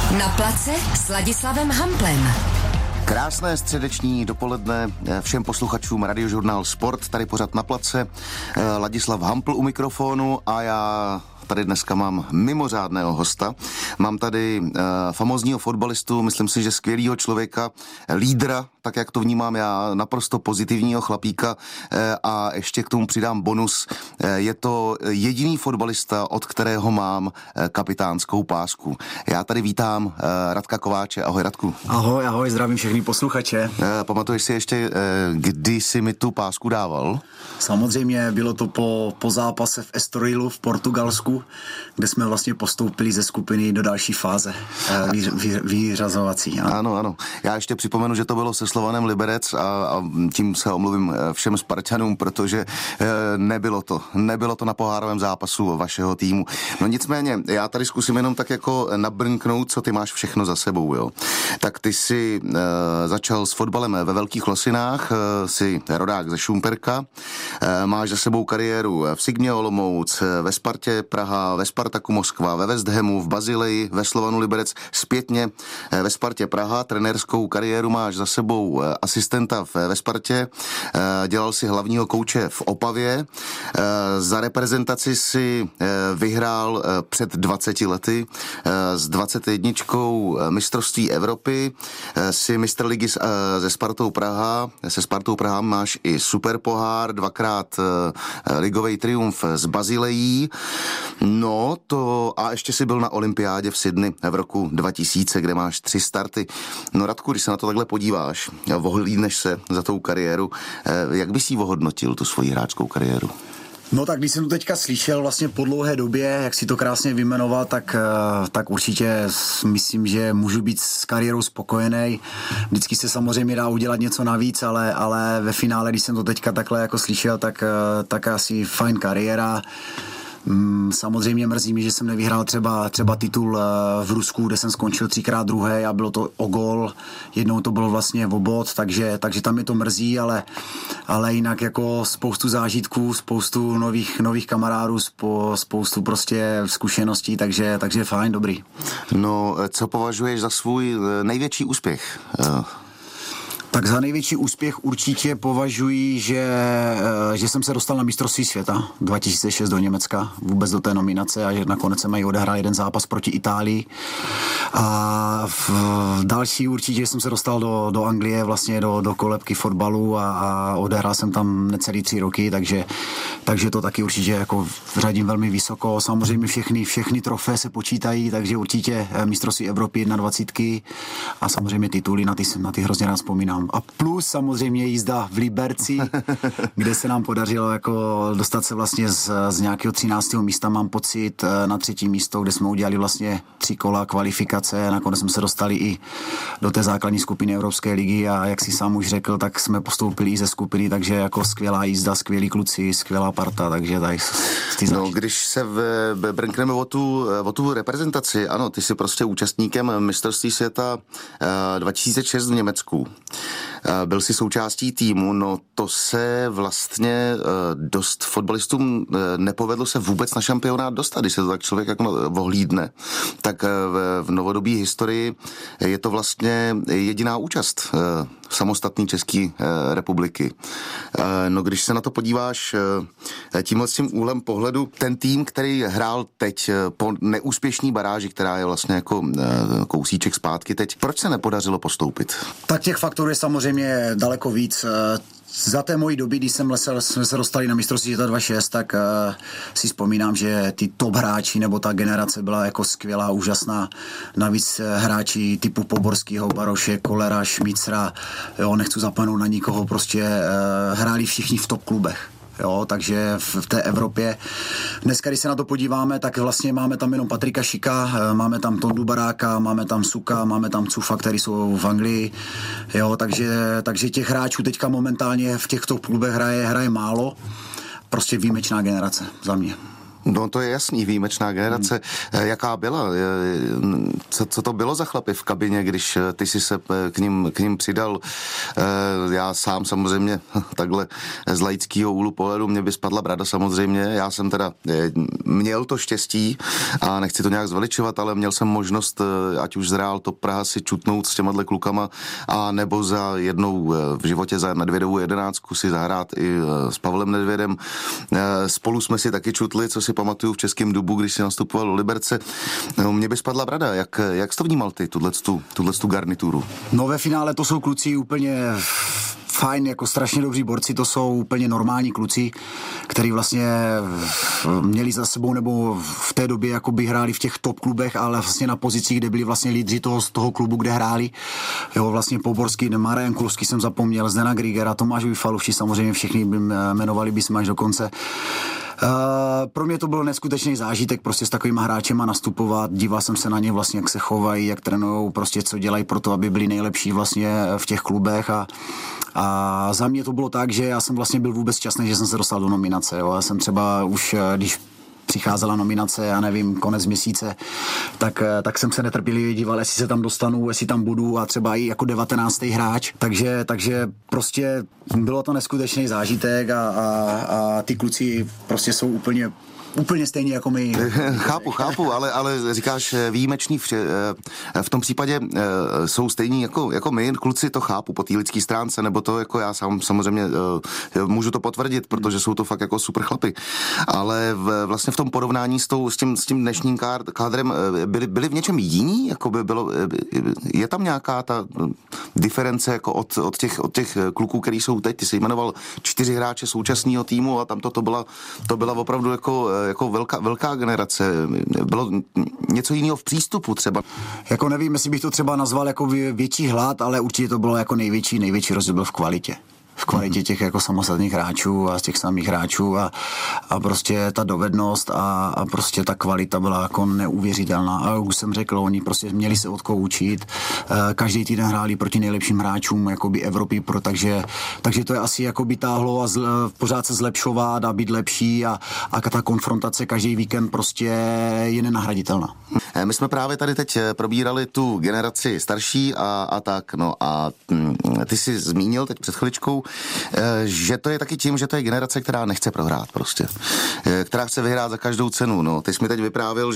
Na place s Ladislavem Hamplem. Krásné středeční dopoledne všem posluchačům Radiožurnál Sport, tady pořad Na place. Ladislav Hampl u mikrofonu a já tady dneska mám mimořádného hosta. Mám tady famózního fotbalistu, myslím si, že skvělýho člověka, lídra, tak jak to vnímám já, naprosto pozitivního chlapíka a ještě k tomu přidám bonus. Je to jediný fotbalista, od kterého mám kapitánskou pásku. Já tady vítám Radka Kováče. Ahoj, Radku. Ahoj, zdravím všechny posluchače. Pamatuješ si ještě, kdy jsi mi tu pásku dával? Samozřejmě bylo to po zápase v Estorilu v Portugalsku, kde jsme vlastně postoupili ze skupiny do další fáze vyřazovací. Ano. Já ještě připomenu, že to bylo se Slovanem Liberec a tím se omluvím všem Spartanům, protože nebylo to na pohárovém zápasu vašeho týmu. No nicméně, já tady zkusím jenom tak jako nabrnknout, co ty máš všechno za sebou, jo. Tak ty jsi začal s fotbalem ve Velkých Losinách, jsi rodák ze Šumperka, máš za sebou kariéru v Sigmě Olomouc, ve Spartě Praha, ve Spartaku Moskva, ve West Hamu, v Bazileji, ve Slovanu Liberec, zpětně ve Spartě Praha. Trenérskou kariéru máš za sebou asistenta ve Spartě, dělal si hlavního kouče v Opavě, za reprezentaci si vyhrál před 20 lety s 21 mistrovství Evropy, si mistr ligy se Spartou Praha máš i superpohár, dvakrát ligový triumf s Bazilejí. No to a ještě si byl na olympiádě v Sydney v roku 2000, kde máš 3 starty. No Radku, když se na to takhle podíváš a ohlídneš se za tou kariéru, jak bys jí ohodnotil, tu svoji hráčskou kariéru? No tak když jsem to teďka slyšel vlastně po dlouhé době, jak si to krásně vyjmenoval, tak určitě myslím, že můžu být s kariérou spokojený. Vždycky se samozřejmě dá udělat něco navíc, ale ve finále, když jsem to teďka takhle jako slyšel, tak asi fajn kariéra. Samozřejmě mrzí mi, že jsem nevyhrál třeba titul v Rusku, kde jsem skončil 3krát druhý a bylo to o gól, jednou to bylo vlastně o bod, takže tam je to mrzí, ale jinak jako spoustu zážitků, spoustu nových kamarádů, spoustu prostě zkušeností, takže fajn, dobrý. No, co považuješ za svůj největší úspěch? Tak za největší úspěch určitě považuji, že jsem se dostal na mistrovství světa 2006 do Německa, vůbec do té nominace a že nakonec jsem mají odehrál jeden zápas proti Itálii. A v další určitě jsem se dostal do Anglie, vlastně do kolebky fotbalu a odehrál jsem tam necelý 3 roky, takže to taky určitě jako řadím velmi vysoko. Samozřejmě všechny trofé se počítají, takže určitě mistrovství Evropy 21 a samozřejmě tituly, na ty hrozně rád vzpomínám. A plus samozřejmě jízda v Liberci, kde se nám podařilo jako dostat se vlastně z nějakého 13. místa, mám pocit, na 3. místo, kde jsme udělali vlastně 3 kola kvalifikace a nakonec jsme se dostali i do té základní skupiny Evropské ligy a jak si sám už řekl, tak jsme postoupili i ze skupiny, takže jako skvělá jízda, skvělí kluci, skvělá parta, takže tady No, když se brnkneme o tu reprezentaci, ano, ty jsi prostě účastníkem mistrovství světa 2006 v Německu. Byl jsi součástí týmu, no to se vlastně dost fotbalistům nepovedlo se vůbec na šampionát dostat, když se to tak člověk jako ohlídne. Tak v novodobé historii je to vlastně jediná účast samostatné České republiky. No když se na to podíváš tímhle s tím úhlem pohledu, ten tým, který hrál teď po neúspěšné baráži, která je vlastně jako kousíček zpátky teď, proč se nepodařilo postoupit? Tak těch faktorů je samozřejmě daleko víc. Za té mojí doby, když jsme se dostali na mistrovství světa 2006, tak si vzpomínám, že ty top hráči nebo ta generace byla jako skvělá, úžasná. Navíc hráči typu Poborskýho, Baroše, Kolera, Šmícra, jo, nechci zapomenout na nikoho, prostě hráli všichni v top klubech. Jo, takže v té Evropě. Dneska, když se na to podíváme, tak vlastně máme tam jenom Patrika Šika, máme tam Tondu Baráka, máme tam Suka, máme tam Cufa, který jsou v Anglii. Jo, takže těch hráčů teďka momentálně v těchto klubech hraje málo. Prostě výjimečná generace za mě. No to je jasný, výjimečná generace. Jaká byla? Co to bylo za chlapy v kabině, když ty jsi se k ním přidal? Já sám samozřejmě takhle z laického úhlu pohledu mě by spadla brada samozřejmě. Já jsem teda měl to štěstí a nechci to nějak zveličovat, ale měl jsem možnost, ať už z Real Top Praha si čutnout s těma klukama a nebo za jednou v životě za Nedvědovou 11 si zahrát i s Pavlem Nedvědem. Spolu jsme si taky čutli, co si pamatuju v Českém Dubu, když si nastupoval do Liberce. No, mě by spadla brada. Jak jsi to vnímal ty, tuhletu garnituru? No ve finále to jsou kluci úplně fajn, jako strašně dobří borci, to jsou úplně normální kluci, který vlastně měli za sebou nebo v té době jako by hráli v těch top klubech, ale vlastně na pozicích, kde byli vlastně lídři toho klubu, kde hráli. Jo, vlastně Poborský, Marian Kulský jsem zapomněl, Zdena Grigera, Tomáš Vyfaluši, samozřejmě všichni jmenovali bychom až do konce. Pro mě to bylo neskutečný zážitek prostě s takovýma hráčema nastupovat, díval jsem se na ně vlastně, jak se chovají, jak trénujou, prostě co dělají pro to, aby byli nejlepší vlastně v těch klubech a za mě to bylo tak, že já jsem vlastně byl vůbec šťastný, že jsem se dostal do nominace, jo. Já jsem třeba už, když přicházela nominace, já nevím, konec měsíce, tak jsem se netrpělivě díval, jestli se tam dostanu, jestli tam budu a třeba i jako 19. hráč. Takže prostě bylo to neskutečný zážitek a ty kluci prostě jsou úplně stejně jako my. Chápu, ale říkáš výjimečný v tom případě jsou stejní jako my, kluci, to chápu po té lidské stránce, nebo to jako já sám samozřejmě můžu to potvrdit, protože jsou to fakt jako super chlapy. Ale vlastně v tom porovnání s tím dnešním kádrem byli v něčem jiní? Jako by bylo, je tam nějaká ta diference jako od těch kluků, který jsou teď? Ty jsi jmenoval 4 hráče současného týmu a tam to byla opravdu jako velká generace. Bylo něco jiného v přístupu třeba? Jako nevím, jestli bych to třeba nazval jako větší hlad, ale určitě to bylo jako největší rozdíl byl v kvalitě. V kvalitě těch jako samostatných hráčů a z těch samých hráčů a prostě ta dovednost a prostě ta kvalita byla jako neuvěřitelná. A už jsem řekl, oni prostě měli se od koho učit. Každý týden hráli proti nejlepším hráčům jakoby Evropy, takže to je asi jakoby táhlo a pořád se zlepšovat a být lepší a ta konfrontace každý víkend prostě je nenahraditelná. My jsme právě tady teď probírali tu generaci starší a tak, no a ty jsi zmínil teď před chviličkou, že to je taky tím, že to je generace, která nechce prohrát prostě, která chce vyhrát za každou cenu, no. Ty jsi mi teď vyprávěl,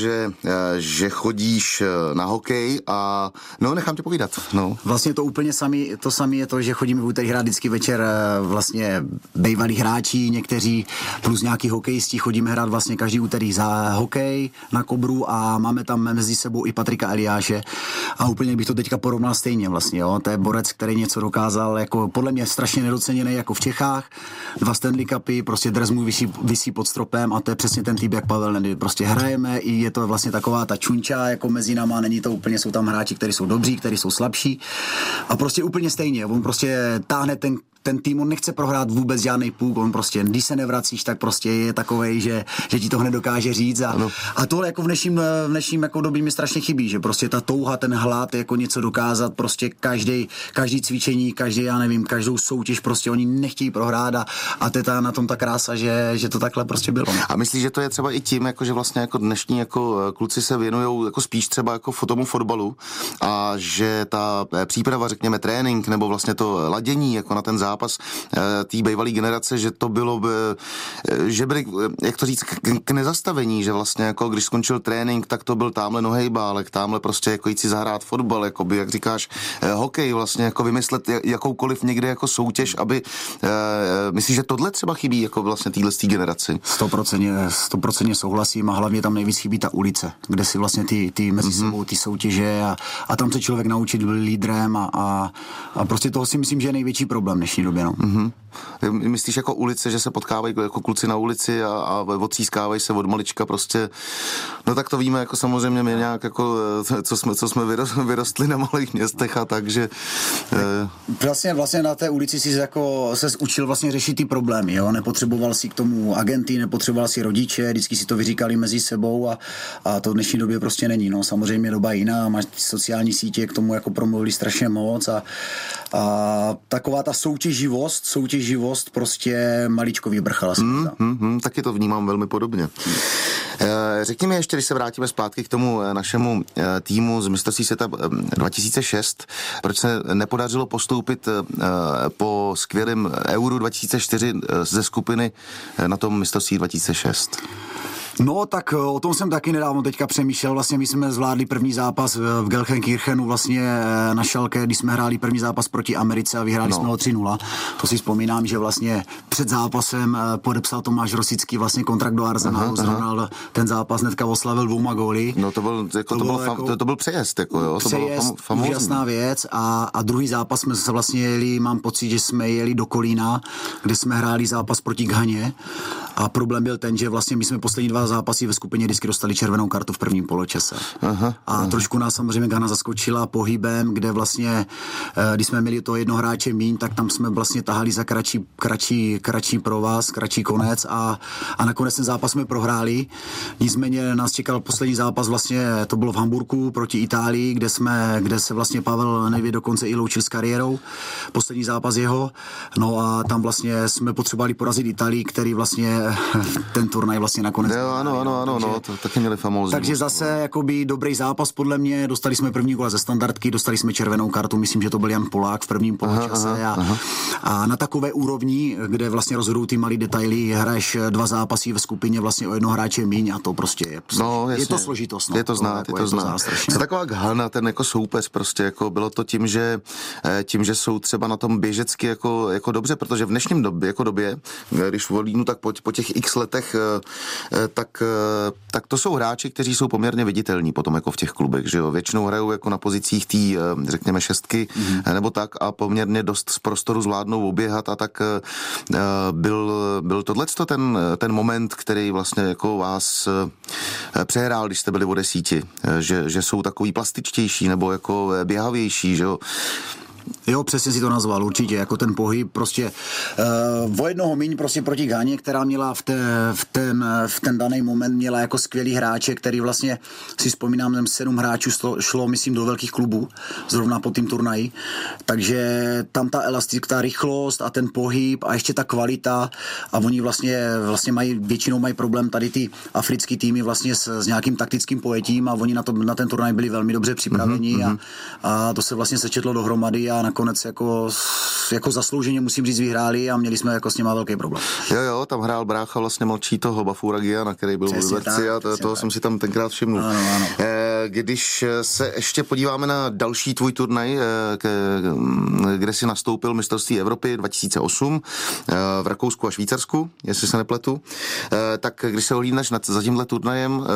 že chodíš na hokej a no, nechám tě povídat, no. Vlastně to úplně samé je to, že chodíme v úterý hrát vždycky večer vlastně bývalí hráči, někteří plus nějaký hokejisti, chodíme hrát vlastně každý úterý za hokej na Kobru a máme tam mezi sebou i Patrika Eliáše a úplně bych to teďka porovnal stejně vlastně, jo. To je borec, který něco dokázal, jako podle mě strašně nedoceněný jako v Čechách, 2 Stanley Cupy, prostě dres mu visí pod stropem a to je přesně ten typ, jak Pavel Nedvěd. Prostě hrajeme i je to vlastně taková ta čunča jako mezi náma, není to úplně, jsou tam hráči, kteří jsou dobří, kteří jsou slabší a prostě úplně stejně, on prostě táhne ten tým, on nechce prohrát vůbec žádný puk, on prostě, když se nevracíš, tak prostě je takovej, že ti to hned dokáže říct a tohle jako v dnešním jako době mi strašně chybí, že prostě ta touha, ten hlad, jako něco dokázat, prostě každý cvičení, každou soutěž, prostě oni nechtějí prohrát a to je na tom ta krása, že to takhle prostě bylo. A myslíš, že to je třeba i tím, jako že vlastně jako dnešní jako kluci se věnujou jako spíš třeba jako tomu fotbalu a že ta příprava, řekněme trénink nebo vlastně to ladění jako na ten zápas té bývalé generace, že to bylo, že byli, jak to říct, k nezastavení, že vlastně jako když skončil trénink, tak to byl támhle nohejbálek, támhle prostě jako jít si zahrát fotbal, jakoby, jak říkáš, hokej, vlastně jako vymyslet jakoukoliv někde jako soutěž, aby, myslíš, že tohle třeba chybí jako vlastně téhle generaci? 100% souhlasím a hlavně tam nejvíc chybí ta ulice, kde si vlastně ty mezi sebou ty soutěže a tam se člověk naučit byl lídrem a prostě toho si myslím, že je největší problém dnešní době. No. Myslíš jako ulice, že se potkávají jako kluci na ulici a odcískávají se od malička prostě, no tak to víme jako samozřejmě my nějak jako, co jsme vyrostli na malých městech a takže... Vlastně na té ulici si jako ses učil vlastně řešit ty problémy, jo, nepotřeboval si k tomu agenty, nepotřeboval si rodiče, vždycky si to vyříkali mezi sebou a to v dnešní době prostě není, no, samozřejmě doba jiná, máš sociální sítě, k tomu jako promluvili strašně moc a taková ta soutěživost soutěživost prostě maličko vybrchala. Taky to vnímám velmi podobně. Řekni mi ještě, když se vrátíme zpátky k tomu našemu týmu z mistrovství světa 2006, proč se nepodařilo postoupit po skvělém Euro 2004 ze skupiny na tom mistrovství 2006? No, tak o tom jsem taky nedávno teďka přemýšlel. Vlastně my jsme zvládli první zápas v Gelsenkirchenu vlastně na Schalke, když jsme hráli první zápas proti Americe a vyhráli jsme ho 3-0. To si vzpomínám, že vlastně před zápasem podepsal Tomáš Rosický vlastně kontrakt do Arsenalu, zrovna ten zápas hnedka oslavil 2 góly. No to byl přejezd, jako jo. Přejezd, to bylo úžasná věc a druhý zápas jsme se vlastně jeli, mám pocit, že jsme jeli do Kolína, kde jsme hráli zápas proti Ghaně a problém byl ten, že vlastně my jsme poslední 2 zápasy ve skupině vždycky dostali červenou kartu v prvním poločase. Trošku nás samozřejmě Ghana zaskočila pohybem, kde vlastně, když jsme měli toho jednoho hráče míň, tak tam jsme vlastně tahali za kratší provaz, kratší konec a nakonec ten zápas jsme prohráli. Nicméně nás čekal poslední zápas, vlastně to bylo v Hamburku proti Itálii, kde se vlastně Pavel Nedvěd dokonce i loučil s kariérou. Poslední zápas jeho. No a tam vlastně jsme potřebovali porazit Itálii, který vlastně ten turnaj vlastně nakonec. Ano, to taky měli famózní. Takže zase jakoby dobrý zápas podle mě, dostali jsme první gól ze standardky, dostali jsme červenou kartu, myslím, že to byl Jan Polák v prvním poločase a na takové úrovni, kde vlastně rozhodují ty malý detaily, hraješ 2 zápasy ve skupině vlastně o jednoho hráče míň a to prostě je to složitost. Je to znát. Co taková Ghana, ten jako soupeř prostě, jako bylo to tím, že jsou třeba na tom běžecky jako dobře, protože v dnešním době, když volínu, tak po těch x letech, tak to jsou hráči, kteří jsou poměrně viditelní potom jako v těch klubech, že jo. Většinou hrajou jako na pozicích té, řekněme, šestky nebo tak a poměrně dost z prostoru zvládnou oběhat a tak byl tohleto ten moment, který vlastně jako vás přehrál, když jste byli v desíti, že jsou takový plastičtější nebo jako běhavější, že jo. Jo, přesně si to nazval, určitě, jako ten pohyb, prostě o jednoho míň prostě proti Ghaně, která měla v ten daný moment měla jako skvělý hráče, který vlastně si vzpomínám, 7 hráčů šlo, myslím, do velkých klubů, zrovna po tým turnaji, takže tam ta elastická rychlost a ten pohyb a ještě ta kvalita a oni vlastně většinou mají problém tady ty africký týmy vlastně s nějakým taktickým pojetím a oni na ten turnaj byli velmi dobře připraveni a to se vlastně sečetlo dohromady a nakonec jako zaslouženě musím říct vyhráli a měli jsme jako s něma velký problém. Jo, tam hrál brácha vlastně mladší toho Bafura Giana, který byl v Liberci a toho jsem si tam tenkrát všimnul. Ano. Když se ještě podíváme na další tvůj turnaj, kde si nastoupil mistrovství Evropy 2008 v Rakousku a Švýcarsku, jestli se nepletu, tak když se ohlídneš za tímhle turnajem,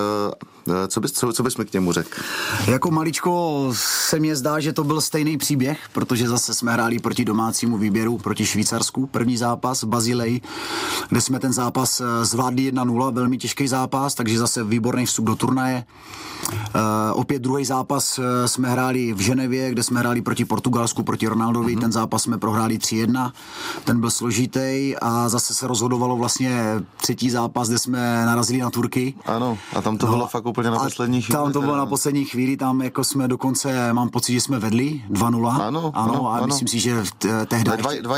co bys mi k němu řekl? Jako maličko se mně zdá, že to byl stejný příběh, protože zase jsme hráli proti domácímu výběru, proti Švýcarsku. První zápas v Bazileji, kde jsme ten zápas zvládli 1-0, velmi těžký zápas, takže zase výborný vstup do turnaje. Opět druhý zápas jsme hráli v Ženevě, kde jsme hráli proti Portugalsku, proti Ronaldovi. Ten zápas jsme prohráli 3-1, ten byl složitý a zase se rozhodovalo vlastně třetí zápas, kde jsme narazili na Turky. Ano, a tam to bylo fakt úplně na poslední chvíli. Tam to bylo na poslední chvíli, tam jako jsme dokonce, mám pocit, že jsme vedli 2-0. Ano, a myslím si, že tehdy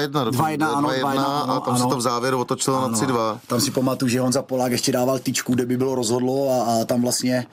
2-1 a tam se to v závěru otočilo na 3-2. Tam si pamatuju, že Honza Polák ještě dával tyčku, kde by bylo rozhodlo a tam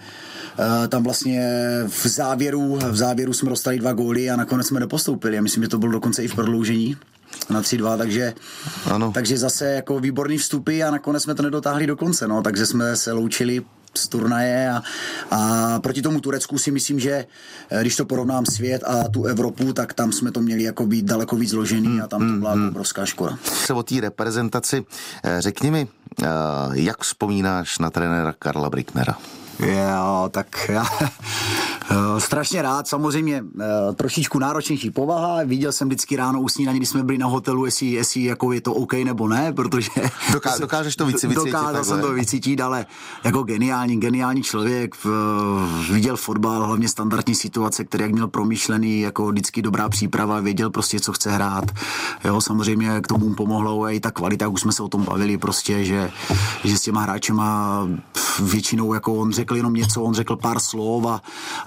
vlastně v závěru jsme dostali 2 góly a nakonec jsme nepostoupili. Já myslím, že to bylo dokonce i v prodloužení na 3-2, takže zase jako výborný vstupy a nakonec jsme to nedotáhli do konce, takže jsme se loučili z turnaje a proti tomu Turecku si myslím, že když to porovnám svět a tu Evropu, tak tam jsme to měli jako být daleko víc zložený a tam to byla obrovská škoda. O té reprezentaci řekni mi, jak vzpomínáš na trenéra Karla Bricknera? Jo, tak já strašně rád, samozřejmě trošičku náročnější povaha, viděl jsem vždycky ráno u snídaně, když jsme byli na hotelu, jestli jako je to OK nebo ne, protože dokážeš to vycítit. Dokázal jsem to vycítit, ale jako geniální člověk, viděl fotbal, hlavně standardní situace, který jak měl promyšlený, jako vždycky dobrá příprava, věděl prostě, co chce hrát. Jo, samozřejmě k tomu pomohlo i ta kvalita, už jsme se o tom bavili prostě, že s těma hráčema většinou jako on řekl jenom něco, on řekl pár slov a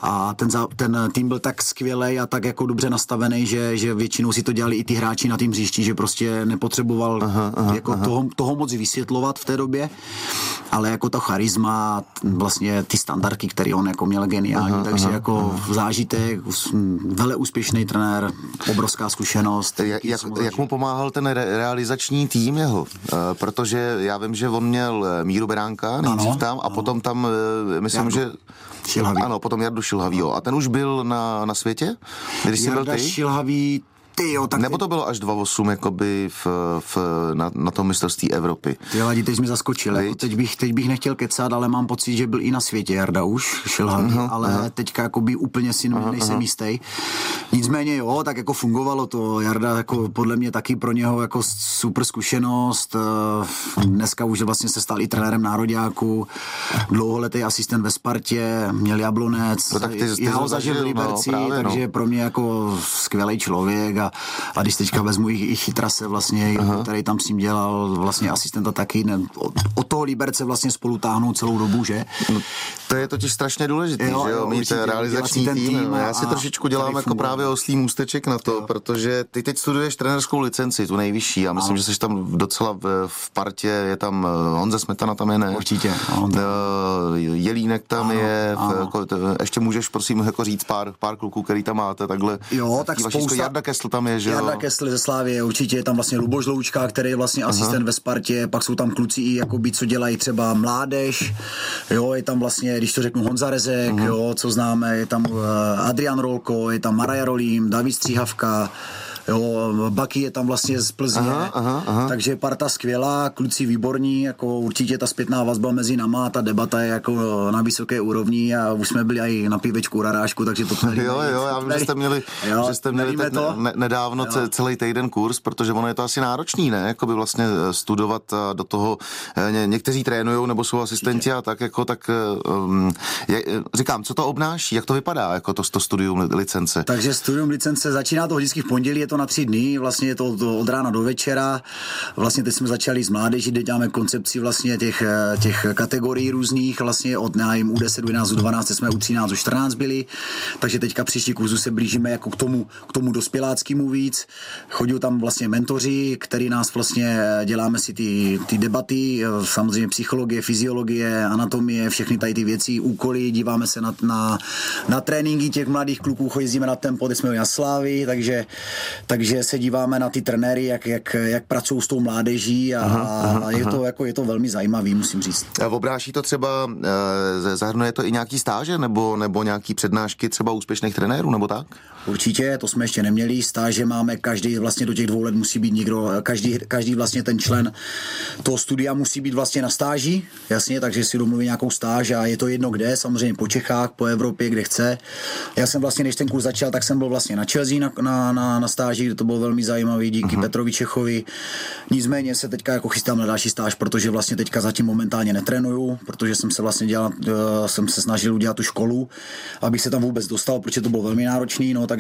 A ten tým byl tak skvělej a tak jako dobře nastavený, že většinou si to dělali i ty hráči na tým hřišti, že prostě nepotřeboval toho moc vysvětlovat v té době, ale jako to charisma, vlastně ty standardky, které on jako měl geniální, takže jako zážitek, vele úspěšný trenér, obrovská zkušenost. Jak mu pomáhal ten realizační tým jeho? Protože já vím, že on měl Míru Beránka nejdřív tam a potom tam, myslím, Jardu. že... Šilhavý. Ano, potom Jardu Šilhavýho. A ten už byl na světě? Když jsi byl ty? Šilhavý, tak nebo to bylo až 2.8 jakoby na tom mistrovství Evropy? Ty lidi, teď mi zaskočil. Jako teď bych nechtěl kecat, ale mám pocit, že byl i na světě Jarda už, Šilhavý, ale teďka jakoby úplně si nejsem jistý. Nicméně jo, tak jako fungovalo to. Jarda jako podle mě taky pro něho jako super zkušenost. Dneska už vlastně se stal i trenérem nároďáku, dlouholetý asistent ve Spartě, měl Jablonec. No, tak já ho zažil v Liberci, takže pro mě jako skvělý člověk a když teďka vezmu i Chytrase vlastně, který tam s ním dělal vlastně asistenta taky, od toho Liberce vlastně spolu táhnou celou dobu, že? No, to je totiž strašně důležitý, že jo, mít realizační tým. Já si trošičku dělám jako právě oslý můsteček na to, protože ty teď studuješ trenérskou licenci, tu nejvyšší, a myslím, že jsi tam docela v partě, je tam Honza Smetana tam je, ne? Určitě. Jelínek tam je, ještě můžeš prosím jako říct pár kluků, který tam máte, takhle. Jo, tak spousta. Jarda Kessl tam je, že jo? Jarda Kessl ze Slávie, určitě je tam vlastně Luboš Loučka, který je vlastně asistent ve Spartě, pak jsou tam kluci i jakoby, co dělají třeba mládež, jo, je tam vlastně, když to řeknu, Honza Rezek, jo, co známe, je tam Adrian Rolko, je tam Maraja Rolím, David Stříhavka, jo, Baky je tam vlastně z Plzně, takže parta skvělá, kluci výborní, jako určitě ta zpětná vazba mezi náma, ta debata je jako na vysoké úrovni a už jsme byli i na pivečku, rarážku, takže to Jo, já vím, že jste měli teď nedávno celý týden kurz, protože ono je to asi náročný, ne? Jakoby vlastně studovat do toho, někteří trénujou nebo jsou asistenti a tak jako říkám, co to obnáší, jak to vypadá, jako to studium licence? Takže studium licence začíná to vždycky v pondělí, je to na 3 dny, vlastně je to od rána do večera. Vlastně teď jsme začali s mládeží, kde děláme koncepci vlastně těch kategorií různých, vlastně od nájím U10, U11, U12, jsme U13, U14 byli, takže teďka příští kurzu se blížíme jako k tomu dospěláckému víc. Chodí tam vlastně mentoři, který nás vlastně děláme si ty debaty, samozřejmě psychologie, fyziologie, anatomie, všechny tady ty věci, úkoly, díváme se na tréninky těch mladých kluků, jezdíme na tempo, teď jsme na Slávy, takže se díváme na ty trenéry, jak pracují s tou mládeží a je to velmi zajímavý, musím říct. A obráší to třeba, zahrnuje to i nějaký stáže nebo nějaký přednášky třeba úspěšných trenérů, nebo tak? Určitě, to jsme ještě neměli. Stáže máme, každý vlastně do těch 2 let musí být někdo, každý vlastně ten člen toho studia musí být vlastně na stáži, jasně, takže si domluví nějakou stáž a je to jedno kde, samozřejmě po Čechách, po Evropě, kde chce. Já jsem vlastně, než ten kurz začal, tak jsem byl vlastně na Chelsea na stáži, kde to bylo velmi zajímavý díky Petrovi Čechovi. Nicméně se teďka jako chystám na další stáž, protože vlastně teďka zatím momentálně netrénuju, protože jsem se vlastně jsem se snažil udělat tu školu, abych se tam vůbec dostal, protože to bylo velmi náročný, no,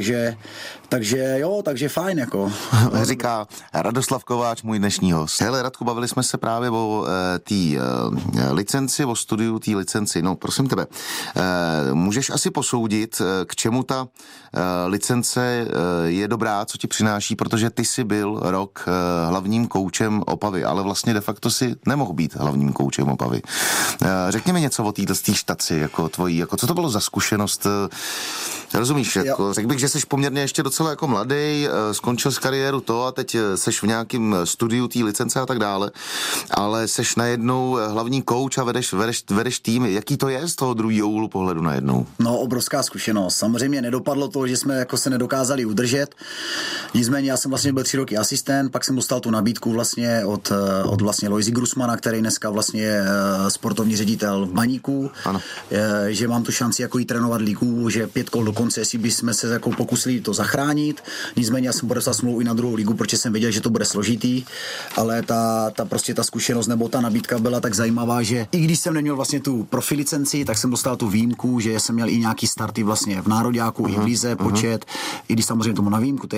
takže fajn, jako. Říká Radoslav Kováč, můj dnešní host. Hele, Radku, bavili jsme se právě o té licenci, o studiu té licenci. No, prosím tebe, můžeš asi posoudit, k čemu ta licence je dobrá, co ti přináší, protože ty jsi byl rok hlavním koučem Opavy, ale vlastně de facto si nemohl být hlavním koučem Opavy. Řekni mi něco o této štaci, jako tvojí, jako co to bylo za zkušenost? Rozumíš, jako, řekl bych, že jsi poměrně ještě docela jako mladý, skončil z kariéru to a teď seš v nějakém studiu té licence a tak dále, ale seš najednou hlavní kouč a vedeš tým. Jaký to je z toho druhého úhlu pohledu najednou? No, obrovská zkušenost. Samozřejmě nedopadlo to, že jsme jako se nedokázali udržet. Nicméně já jsem vlastně byl 3 roky asistent, pak jsem dostal tu nabídku vlastně od vlastně Loisy Grusmana, který dneska vlastně je sportovní ředitel v Baníku, že mám tu šanci jako jí trénovat ligu, že 5 kol do konce, jestli bychom se jako pokusili to zachránit. Nicméně já jsem podepsal smlouvu i na druhou ligu, protože jsem věděl, že to bude složitý, ale ta zkušenost nebo ta nabídka byla tak zajímavá, že i když jsem neměl vlastně tu profi licenci, tak jsem dostal tu výjimku, že jsem měl i nějaký starty vlastně v nároďáku, i v lize, počet, i když samozřejmě tomu na výjimku, to je jasný, protože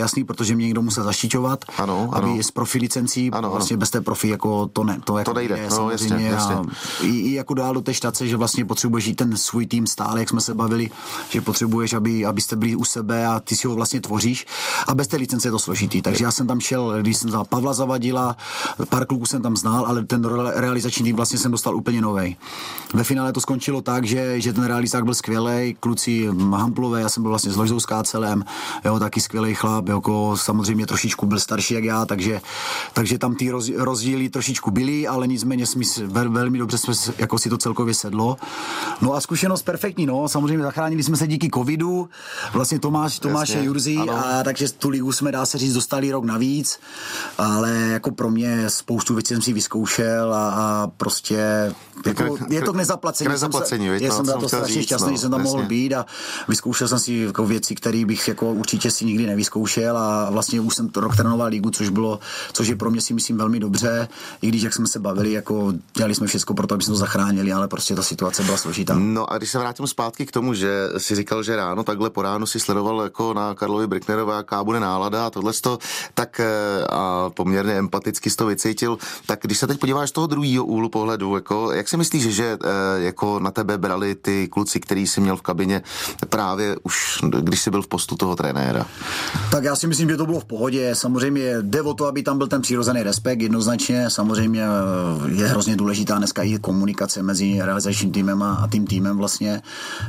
protože mě někdo musel zaštiťovat, aby s profi licencí, vlastně bez té profi jako to ne, to jako nejde, samozřejmě. Jasně. A i jako dál do té štace, že vlastně potřebuješ jít ten svůj tým stále, jak jsme se bavili, že potřebuješ, abyste byli u sebe a ty si ho vlastně tvoříš a bez té licence je to složitý. Takže já jsem tam šel, když jsem znal Pavla Zavadila, pár kluků jsem tam znal, ale ten realizační tým vlastně jsem dostal úplně novej. Ve finále to skončilo tak, že ten realizák byl skvělej, kluci Hamplové, já jsem byl vlastně s Ložou Skácelem, jo, taky skvělej chlap, jako samozřejmě trošičku byl starší jak já, takže tam ty rozdíly trošičku byly, ale nicméně velmi dobře jsme jako si to celkově sedlo. No a zkušenost perfektní, no, samozřejmě zachránili jsme se díky covidu, vlastně Tomáše Jurzy, a takže tu ligu jsme, dá se říct, dostali rok navíc, ale jako pro mě spoustu věcí jsem si vyzkoušel a prostě jako, je to k nezaplacení. Já jsem za to strašně šťastný, že jsem tam mohl být a vyzkoušel jsem si jako věci, které bych jako určitě si nikdy nevyzkoušel a vlastně už jsem rok trénoval ligu, což je pro mě si myslím velmi dobře, i když jak jsme se bavili, jako dělali jsme všechno pro to, aby jsme to zachránili, ale prostě ta situace byla složitá. No a když se vrátím zpátky k tomu, že si říkal, že ráno, takhle po ránu si sledoval jako na Karlovi Bricknerovi, jaká bude nálada a tohleto, tak a poměrně empaticky to vycítil, tak když se teď podíváš z toho druhého úhlu pohledu, jako, jak si myslíš, že jako na tebe brali ty kluci, který jsi měl v kabině právě už, když jsi byl v postu toho trenéra? Tak já si myslím, že to bylo v pohodě. Samozřejmě jde o to, aby tam byl ten přirozený respekt, jednoznačně. Samozřejmě je hrozně důležitá dneska i komunikace mezi realizačním týmem a tím týmem vlastně,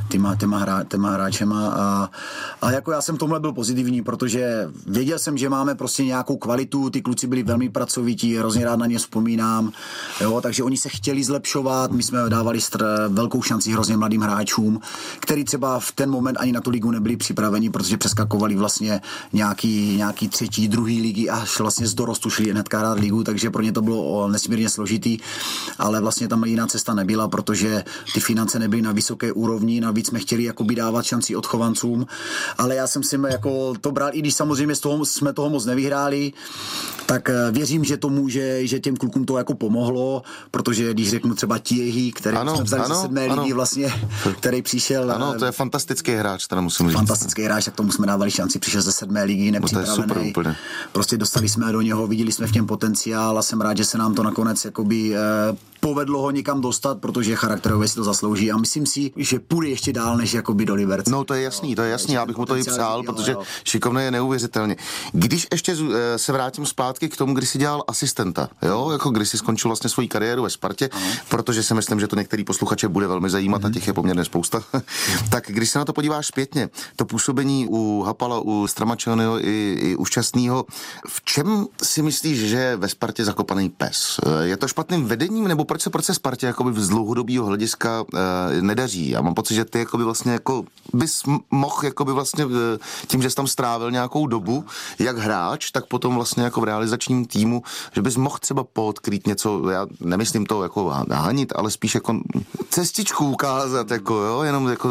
těma hráčema a jako já jsem v tomhle byl pozitivní, protože věděl jsem, že máme prostě nějakou kvalitu, ty kluci byli velmi pracovití, hrozně rád na ně vzpomínám, jo, takže oni se chtěli zlepšovat, my jsme dávali velkou šanci hrozně mladým hráčům, který třeba v ten moment ani na tu ligu nebyli připraveni, protože přeskakovali vlastně nějaký třetí, druhý ligy a vlastně z dorostu šli hnedka hrát ligu, takže pro ně to bylo nesmírně složitý, ale vlastně tam jiná cesta nebyla, protože ty finance nebyly na vysoké úrovni, navíc jsme chtěli jakoby dávat šanci odchovancům, ale já jsem si jako to bral, i když samozřejmě jsme toho moc nevyhráli, tak věřím, že to může, že těm klukům to jako pomohlo, protože když řeknu třeba Tiehy, který jsme vzali ze 7. ligy vlastně, který přišel. Ano, to je fantastický hráč, teda musím říct. Fantastický hráč, tak tomu jsme dávali šanci, přišel ze 7. ligy, nepřipravený. Prostě dostali jsme do něho, viděli jsme v něm potenciál a jsem rád, že se nám to nakonec jakoby povedlo ho někam dostat, protože charakterově si to zaslouží a myslím si, že půjde ještě dál než jakoby do Liberce. No to je jasný, já bych mu to i přál, protože šikovný je neuvěřitelně. Když ještě se vrátím zpátky k tomu, kdy jsi dělal asistenta, jo, jako když jsi skončil vlastně svoji kariéru ve Spartě, protože si myslím, že to některý posluchače bude velmi zajímat a těch je poměrně spousta. Tak když se na to podíváš zpětně, to působení u Hapala, u Stramačonyho i u Šťastného, v čem si myslíš, že je ve Spartě zakopaný pes? Je to špatným vedením, nebo proč se Spartě jakoby z dlouhodobého hlediska nedaří? Já mám pocit, že ty jakoby vlastně jako bys mohl jakoby vlastně tím, že jsi tam strávil nějakou dobu, jak hráč, tak potom vlastně jako v realizačním týmu, že bys mohl třeba podkrýt něco, já nemyslím to jako hanit, ale spíš jako cestičku ukázat, jako jo, jenom jako...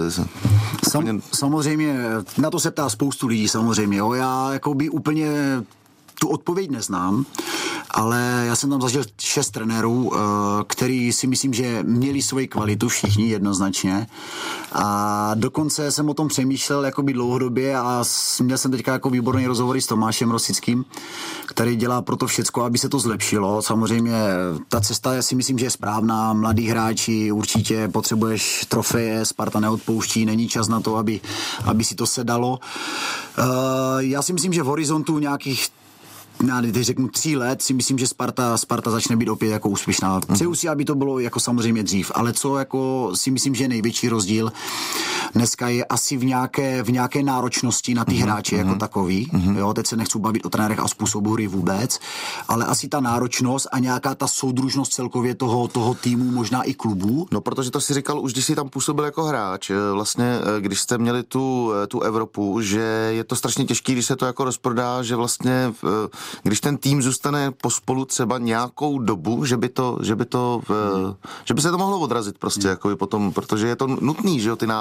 Samozřejmě, na to se ptá spoustu lidí samozřejmě, jo, já jakoby úplně tu odpověď neznám, ale já jsem tam zažil 6 trenérů, který si myslím, že měli svoji kvalitu všichni jednoznačně a dokonce jsem o tom přemýšlel jakoby dlouhodobě a měl jsem teďka jako výborný rozhovory s Tomášem Rosickým, který dělá pro to všecko, aby se to zlepšilo. Samozřejmě ta cesta, já si myslím, že je správná, mladí hráči, určitě potřebuješ trofeje, Sparta neodpouští, není čas na to, aby si to sedalo. Já si myslím, že v horizontu nějakých když řeknu 3 let, si myslím, že Sparta začne být opět jako úspěšná. Přeju si, aby to bylo jako samozřejmě dřív, ale co jako si myslím, že je největší rozdíl dneska je asi v nějaké náročnosti na ty hráče jako takový. Jo, teď se nechci bavit o trenérech a způsobu hry vůbec, ale asi ta náročnost a nějaká ta soudružnost celkově toho týmu, možná i klubu. No, protože to si říkal už, když jsi tam působil jako hráč, vlastně, když jste měli tu Evropu, že je to strašně těžký, když se to jako rozprodá, že vlastně když ten tým zůstane pospolu třeba nějakou dobu, že by se to mohlo odrazit prostě jako potom, protože je to nutný, že jo, ty návyky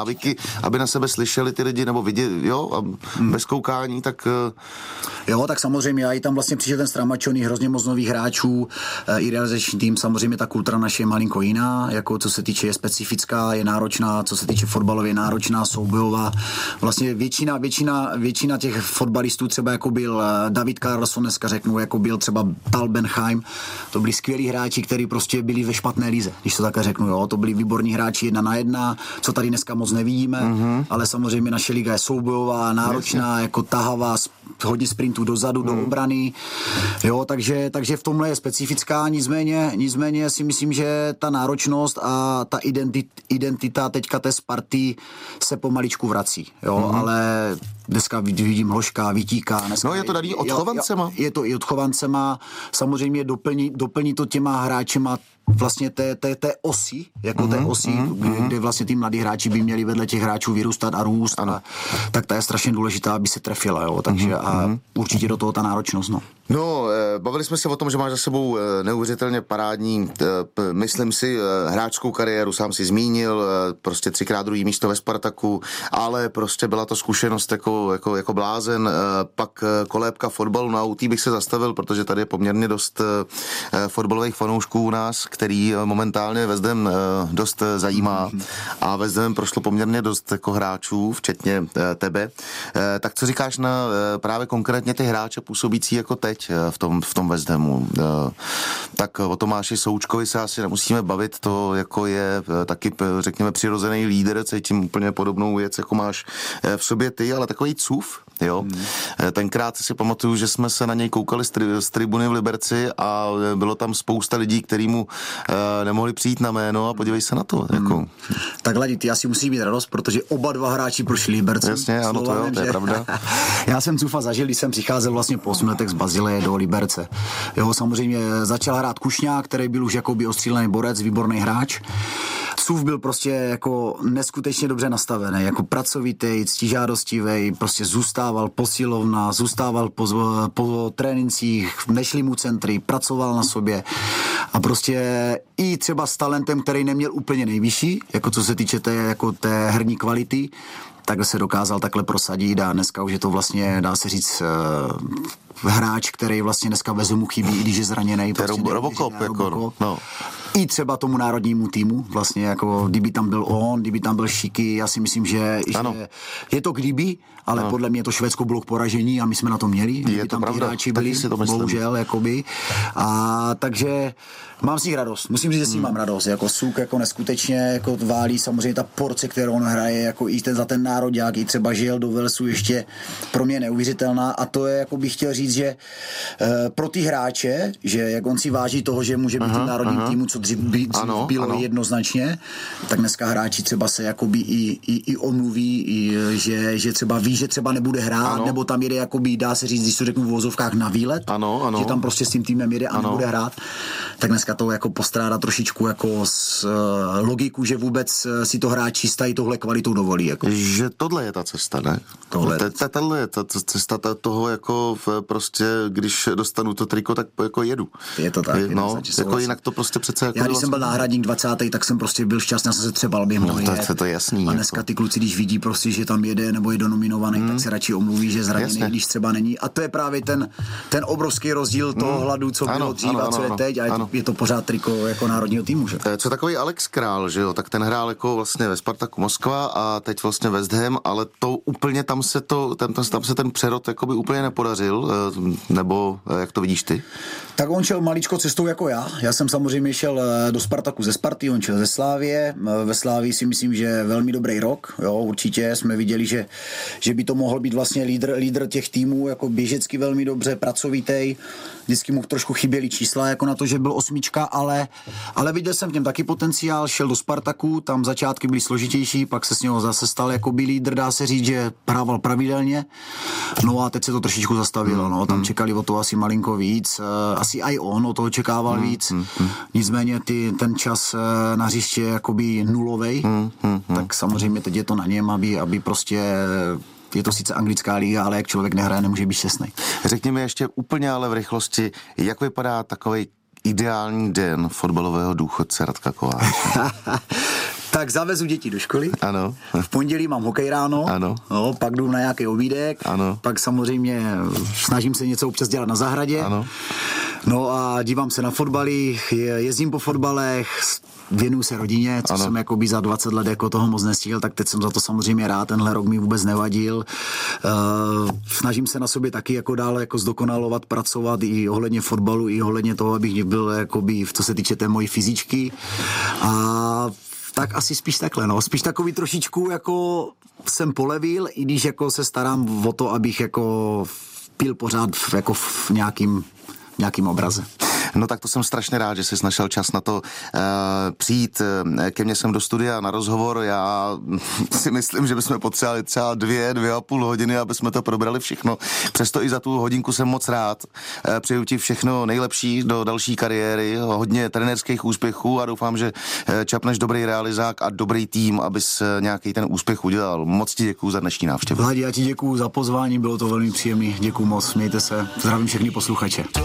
aby na sebe slyšeli ty lidi, nebo viděli, jo, a bez koukání, tak... Jo, tak samozřejmě, já i tam vlastně přišel ten Stramačony, hrozně moc nových hráčů, i realizační tým, samozřejmě ta kultura naše je malinko jiná, jako co se týče je specifická, je náročná, co se týče fotbalově náročná, soubojová. Vlastně většina těch fotbalistů, třeba jako byl David Carlson, dneska řeknu, jako byl třeba Tal Benheim, to byli skvělí hráči, kteří prostě byli ve špatné lize, když to také řeknu, jo, to byli výborní hráči 1 na 1, co tady dneska moc nevidíme, ale samozřejmě naše liga je soubojová, náročná, jako tahavá, hodně sprintů dozadu, do obrany, jo, takže v tomhle je specifická, nicméně si myslím, že ta náročnost a ta identita teďka té Sparty se pomaličku vrací, jo, ale dneska vidím Hloška, Vítíka. No je to daný odchovancema. Je to i odchovancema, samozřejmě doplní to těma hráčema vlastně té osy, jako té osy, kde vlastně ty mladí hráči by měli vedle těch hráčů vyrůstat a růst, tak ta je strašně důležitá, aby se trefila, jo, takže a určitě do toho ta náročnost, no. No, bavili jsme se o tom, že máš za sebou neuvěřitelně parádní, myslím si, hráčskou kariéru, sám si zmínil, prostě 3x druhý místo ve Spartaku, ale prostě byla to zkušenost jako blázen, pak kolébka fotbalu, na UT bych se zastavil, protože tady je poměrně dost fotbalových fanoušků u nás, který momentálně Vezdem dost zajímá a Vezdem prošlo poměrně dost jako hráčů, včetně tebe. Tak co říkáš na právě konkrétně ty hráče působící jako teď v tom Vezdemu? Tak o Tomáši Součkovi se asi nemusíme bavit, to jako je taky, řekněme, přirozený lídr, cítím úplně podobnou věc, jako máš v sobě ty, ale takový cův, jo. Tenkrát si pamatuju, že jsme se na něj koukali z tribuny v Liberci a bylo tam spousta lidí, který mu nemohli přijít na jméno a podívej se na to. Jako. Tak Ladi, ty asi musí mít radost, protože oba dva hráči prošli Liberci. Jasně, ano, to je pravda. Já jsem Cufa zažil, když jsem přicházel vlastně po 8 letech z Bazileje do Liberce. Jo, samozřejmě začal hrát Kušňák, který byl už jakoby ostřílený borec, výborný hráč. Cův byl prostě jako neskutečně dobře nastavený, jako pracovitý, ctižádostivý, prostě zůstával posilovna, zůstával po trénincích, nešli mu centry, pracoval na sobě a prostě i třeba s talentem, který neměl úplně nejvyšší, jako co se týče té herní kvality, tak se dokázal takhle prosadit a dneska už je to vlastně, dá se říct, hráč, který vlastně dneska bez mu chybí, i když je zraněný. Prostě Robocop, jako, no. I třeba tomu národnímu týmu, vlastně jako kdyby tam byl on, kdyby tam byl Šiky, já si myslím, že je to kdyby, ale podle mě to Švédsko bylo k poražení a my jsme na to měli, kdyby tam ty hráči byli, bohužel, jakoby. A takže mám z nich radost, musím říct, že s ním mám radost, jako Suk, jako neskutečně, jako válí samozřejmě ta porce, kterou on hraje, jako i za ten nároďák, i třeba žil do Velsu ještě pro mě neuvěřitelná a to je, jako bych chtěl říct, že pro ty hráče, že jak on si váží toho, že může být v národním týmu, co dřív bylo jednoznačně, tak dneska hráči třeba se jakoby i omluví, že třeba ví, že třeba nebude hrát, nebo tam jede jakoby, dá se říct, když to řeknu v vozovkách na výlet, že tam prostě s tím týmem jede a nebude hrát, tak dneska to jako postrádá trošičku jako logiku, že vůbec si to hráči stají tohle kvalitou dovolí. Jako. Že tohle je ta cesta, ne? Tohle je ta cesta toho jako prostě, když dostanu to triko, tak jako jedu. Je to tak. No, jako jinak to prostě přece jako... Já když jsem byl náhradník 20. tak jsem prostě byl šťastný, já jsem se třebal během toho to je jasný. A dneska ty kluci, když vidí prostě, že tam jede nebo je donominovaný, tak se radši omluví, že zraněný, když třeba není. A to je právě ten obrovský rozdíl toho hladu, co bylo dřív a co je teď. A je to pořád triko jako národního týmu, že? Co takový Alex Král, že jo? Tak ten hrál jako vlastně ve Spartaku Moskva a teď vlastně West Ham, ale to úplně tam se ten přerod jakoby úplně nepodařil, nebo jak to vidíš ty? Tak on šel maličko cestou jako já. Já jsem samozřejmě šel do Spartaku ze Sparty, on šel ze Slávie. Ve Slávii si myslím, že velmi dobrý rok. Jo, určitě jsme viděli, že by to mohl být vlastně lídr těch týmů, jako běžecky velmi dobře, pracovitý. Vždycky mu trošku chyběly čísla, jako na to, že byl 8, ale viděl jsem v něm taky potenciál, šel do Spartaku, tam začátky byly složitější, pak se s něho zase stal jako by lídr, dá se říct, že hrával pravidelně. No a teď se to trošičku zastavilo, no, tam čekali o to asi malinko víc, asi i on o toho čekával víc, nicméně ten čas na hřiště je jakoby nulovej, tak samozřejmě teď je to na něm, aby prostě... Je to sice anglická liga, ale jak člověk nehraje, nemůže být šťastný. Řekni mi ještě úplně ale v rychlosti, jak vypadá takovej ideální den fotbalového důchodce Radka Kováče? Tak zavezu děti do školy. Ano. V pondělí mám hokej ráno. Ano. No, pak jdu na nějaký obídek. Ano. Pak samozřejmě snažím se něco občas dělat na zahradě. Ano. No a dívám se na fotbaly, jezdím po fotbalech, věnuju se rodině, co jsem jakoby za 20 let jako toho moc nestihl, tak teď jsem za to samozřejmě rád, tenhle rok mi vůbec nevadil. Snažím se na sobě taky jako dále jako zdokonalovat, pracovat i ohledně fotbalu, i ohledně toho, abych byl jakoby, co se týče té mojí fyzičky. A tak asi spíš takhle, no. Spíš takový trošičku jako jsem polevil, i když jako se starám o to, abych jako pil pořád jako v nějakým obraze. No tak to jsem strašně rád, že jsi našel čas na to přijít ke mně sem do studia na rozhovor. Já si myslím, že bychom potřebovali třeba 2,5 hodiny, aby jsme to probrali všechno. Přesto i za tu hodinku jsem moc rád. Přeju ti všechno nejlepší do další kariéry, hodně trenérských úspěchů a doufám, že čapneš dobrý realizák a dobrý tým, abys nějaký ten úspěch udělal. Moc ti děkuju za dnešní návštěvu. Vládi, já ti děkuju za pozvání, bylo to velmi příjemné. Děkuju moc, mějte se. Zdravím všechny posluchače.